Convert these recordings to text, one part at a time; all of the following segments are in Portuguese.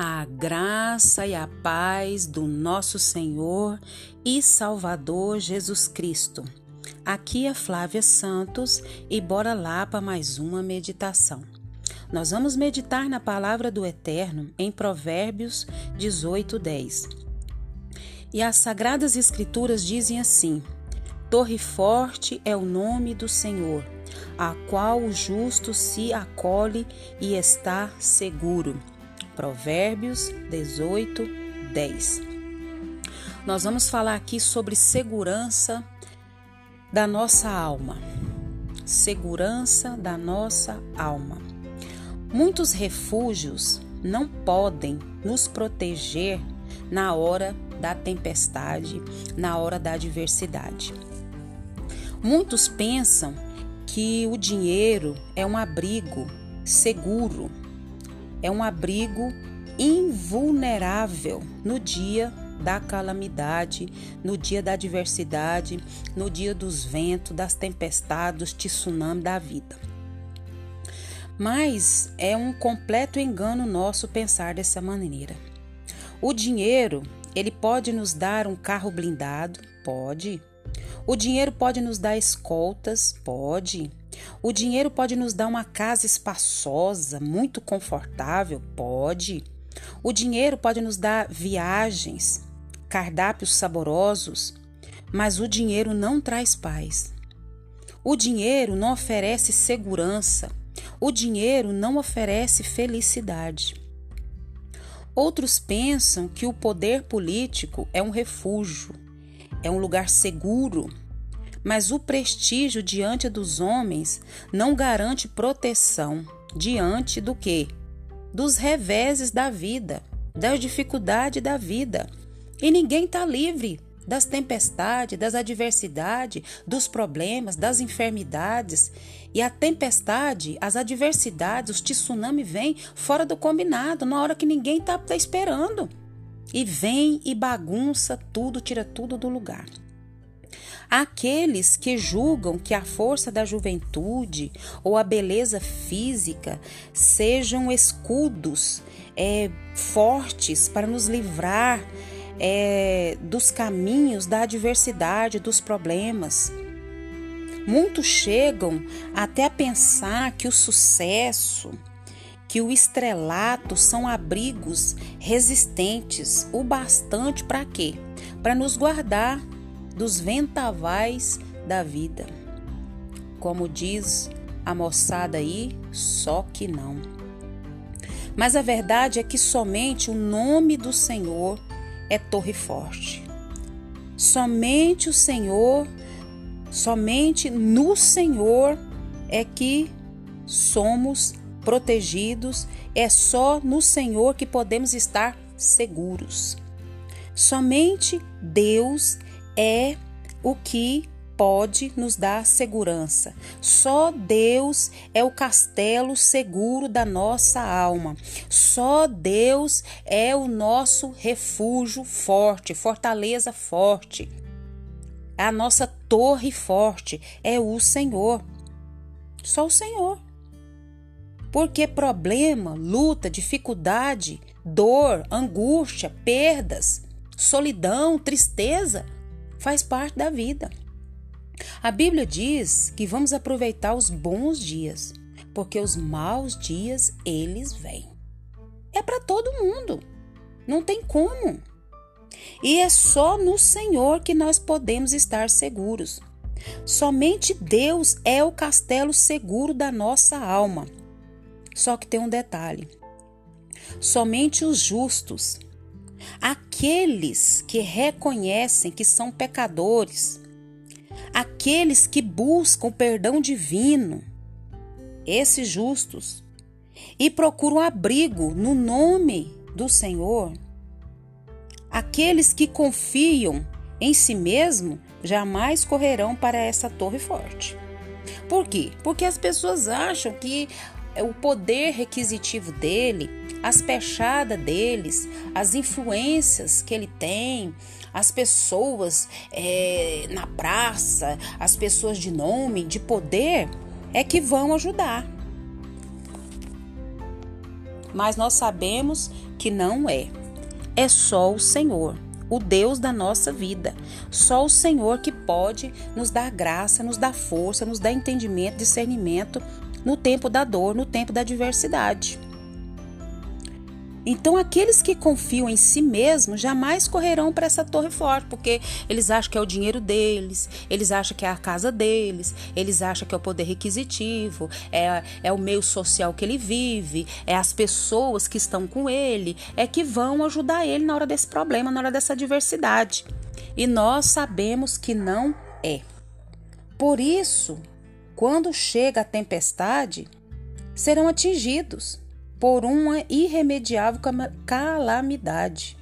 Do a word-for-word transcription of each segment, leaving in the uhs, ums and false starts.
A graça e a paz do nosso Senhor e Salvador Jesus Cristo. Aqui é Flávia Santos e bora lá para mais uma meditação. Nós vamos meditar na palavra do Eterno em Provérbios dezoito, dez. E as Sagradas Escrituras dizem assim: Torre forte é o nome do Senhor, a qual o justo se acolhe e está seguro. Provérbios dezoito, dez. Nós vamos falar aqui sobre segurança da nossa alma. Segurança da nossa alma. Muitos refúgios não podem nos proteger na hora da tempestade, na hora da adversidade. Muitos pensam que o dinheiro é um abrigo seguro, é um abrigo invulnerável no dia da calamidade, no dia da adversidade, no dia dos ventos, das tempestades, dos tsunamis da vida. Mas é um completo engano nosso pensar dessa maneira. O dinheiro, ele pode nos dar um carro blindado? Pode. O dinheiro pode nos dar escoltas? Pode. O dinheiro pode nos dar uma casa espaçosa, muito confortável? Pode. O dinheiro pode nos dar viagens, cardápios saborosos, mas o dinheiro não traz paz. O dinheiro não oferece segurança. O dinheiro não oferece felicidade. Outros pensam que o poder político é um refúgio, é um lugar seguro, mas o prestígio diante dos homens não garante proteção diante do quê? Dos reveses da vida, das dificuldades da vida. E ninguém está livre das tempestades, das adversidades, dos problemas, das enfermidades. E a tempestade, as adversidades, os tsunamis vêm fora do combinado, na hora que ninguém está tá esperando. E vem e bagunça tudo, tira tudo do lugar. Aqueles que julgam que a força da juventude ou a beleza física sejam escudos é, fortes para nos livrar é, dos caminhos da adversidade, dos problemas. Muitos chegam até a pensar que o sucesso, que o estrelato são abrigos resistentes o bastante para quê? Para nos guardar dos vendavais da vida. Como diz a moçada aí, só que não. Mas a verdade é que somente o nome do Senhor é torre forte. Somente o Senhor, somente no Senhor é que somos protegidos, é só no Senhor que podemos estar seguros. Somente Deus é o que pode nos dar segurança. Só Deus é o castelo seguro da nossa alma. Só Deus é o nosso refúgio forte, fortaleza forte. A nossa torre forte é o Senhor. Só o Senhor. Porque problema, luta, dificuldade, dor, angústia, perdas, solidão, tristeza faz parte da vida. A Bíblia diz que vamos aproveitar os bons dias, porque os maus dias, eles vêm. É para todo mundo, não tem como. E é só no Senhor que nós podemos estar seguros. Somente Deus é o castelo seguro da nossa alma. Só que tem um detalhe: somente os justos, aqueles que reconhecem que são pecadores, aqueles que buscam o perdão divino, esses justos, e procuram abrigo no nome do Senhor, aqueles que confiam em si mesmo, jamais correrão para essa torre forte. Por quê? Porque as pessoas acham que o poder requisitivo dele, as pechadas deles, as influências que ele tem, as pessoas é, na praça, as pessoas de nome, de poder, é que vão ajudar. Mas nós sabemos que não é. É só o Senhor, o Deus da nossa vida. Só o Senhor que pode nos dar graça, nos dar força, nos dar entendimento, discernimento no tempo da dor, no tempo da adversidade. Então, aqueles que confiam em si mesmos jamais correrão para essa torre forte, porque eles acham que é o dinheiro deles, eles acham que é a casa deles, eles acham que é o poder requisitivo, é, é o meio social que ele vive, é as pessoas que estão com ele, é que vão ajudar ele na hora desse problema, na hora dessa adversidade. E nós sabemos que não é. Por isso, quando chega a tempestade, serão atingidos por uma irremediável calamidade.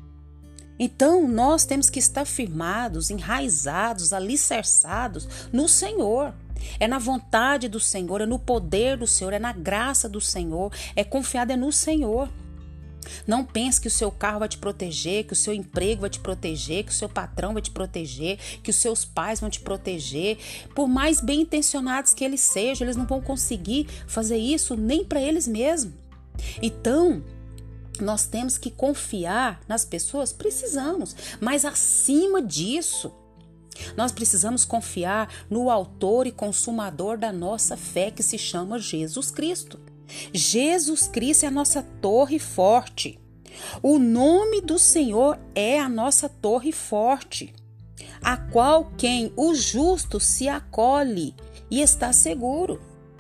Então, nós temos que estar firmados, enraizados, alicerçados no Senhor. É na vontade do Senhor, é no poder do Senhor, é na graça do Senhor, é confiado é no Senhor. Não pense que o seu carro vai te proteger, que o seu emprego vai te proteger, que o seu patrão vai te proteger, que os seus pais vão te proteger. Por mais bem intencionados que eles sejam, eles não vão conseguir fazer isso nem para eles mesmos. Então, nós temos que confiar nas pessoas? Precisamos, mas acima disso, nós precisamos confiar no autor e consumador da nossa fé, que se chama Jesus Cristo. Jesus Cristo é a nossa torre forte. O nome do Senhor é a nossa torre forte, a qual quem o justo se acolhe e está seguro.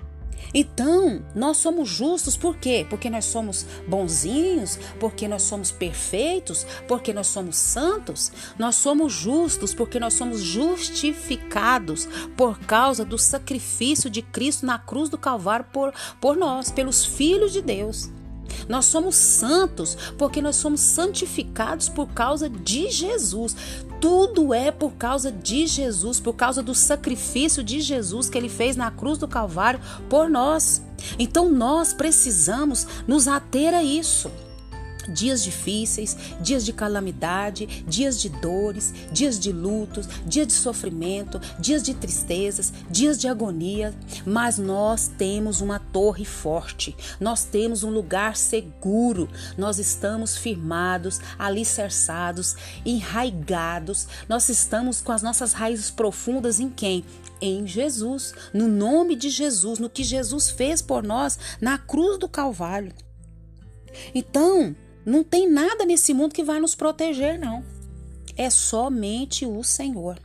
Então, nós somos justos por quê? Porque nós somos bonzinhos, porque nós somos perfeitos, porque nós somos santos. Nós somos justos porque nós somos justificados por causa do sacrifício de Cristo na cruz do Calvário por, por nós, pelos filhos de Deus. Nós somos santos porque nós somos santificados por causa de Jesus. Tudo é por causa de Jesus, por causa do sacrifício de Jesus que ele fez na cruz do Calvário por nós. Então nós precisamos nos ater a isso. Dias difíceis, dias de calamidade, dias de dores, dias de lutos, dias de sofrimento, dias de tristezas, dias de agonia, mas nós temos uma torre forte, nós temos um lugar seguro, nós estamos firmados, alicerçados, enraigados, nós estamos com as nossas raízes profundas em quem? Em Jesus, no nome de Jesus, no que Jesus fez por nós na cruz do Calvário. Então, não tem nada nesse mundo que vai nos proteger, não. É somente o Senhor.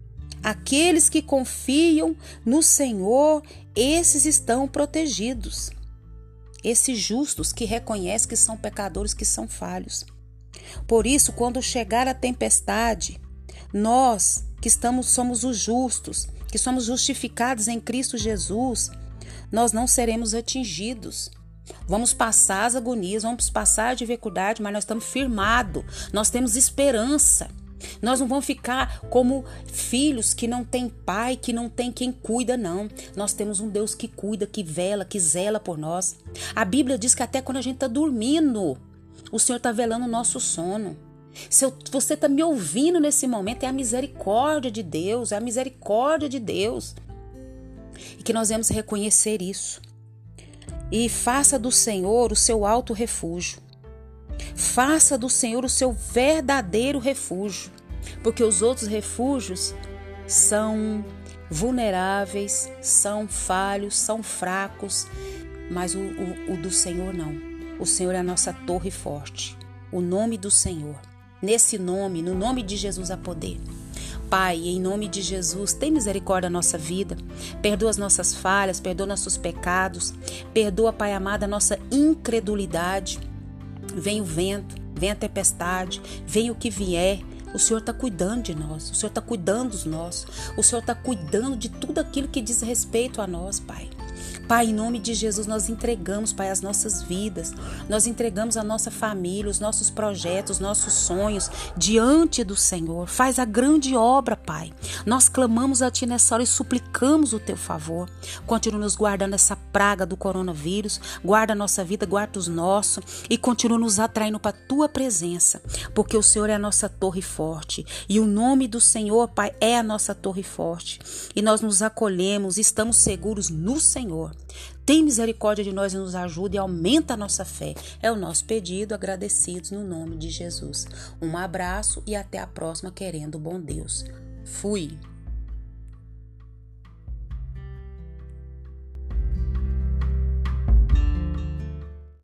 Aqueles que confiam no Senhor, esses estão protegidos. Esses justos que reconhecem que são pecadores, que são falhos. Por isso, quando chegar a tempestade, nós que estamos, somos os justos, que somos justificados em Cristo Jesus, nós não seremos atingidos. Vamos passar as agonias, vamos passar a dificuldade, mas nós estamos firmados, nós temos esperança. Nós não vamos ficar como filhos que não tem pai, que não tem quem cuida, não. Nós temos um Deus que cuida, que vela, que zela por nós. A Bíblia diz que até quando a gente está dormindo, o Senhor está velando o nosso sono. Se eu, você está me ouvindo nesse momento, é a misericórdia de Deus, é a misericórdia de Deus. E que nós devemos reconhecer isso. E faça do Senhor o seu alto refúgio. Faça do Senhor o seu verdadeiro refúgio. Porque os outros refúgios são vulneráveis, são falhos, são fracos. Mas o, o, o do Senhor não. O Senhor é a nossa torre forte. O nome do Senhor. Nesse nome, no nome de Jesus há poder. Pai, em nome de Jesus, tem misericórdia da nossa vida, perdoa as nossas falhas, perdoa nossos pecados, perdoa, Pai amado, a nossa incredulidade. Vem o vento, vem a tempestade, vem o que vier, o Senhor está cuidando de nós, o Senhor está cuidando dos nossos, o Senhor está cuidando de tudo aquilo que diz respeito a nós, Pai. Pai, em nome de Jesus, nós entregamos, Pai, as nossas vidas, nós entregamos a nossa família, os nossos projetos, os nossos sonhos diante do Senhor. Faz a grande obra, Pai. Nós clamamos a Ti nessa hora e suplicamos o Teu favor. Continua nos guardando essa praga do coronavírus, guarda a nossa vida, guarda os nossos e continua nos atraindo para a Tua presença, porque o Senhor é a nossa torre forte e o nome do Senhor, Pai, é a nossa torre forte e nós nos acolhemos, estamos seguros no Senhor. Tem misericórdia de nós e nos ajuda e aumenta a nossa fé. É o nosso pedido, agradecidos no nome de Jesus. Um abraço e até a próxima, querendo o bom Deus. Fui!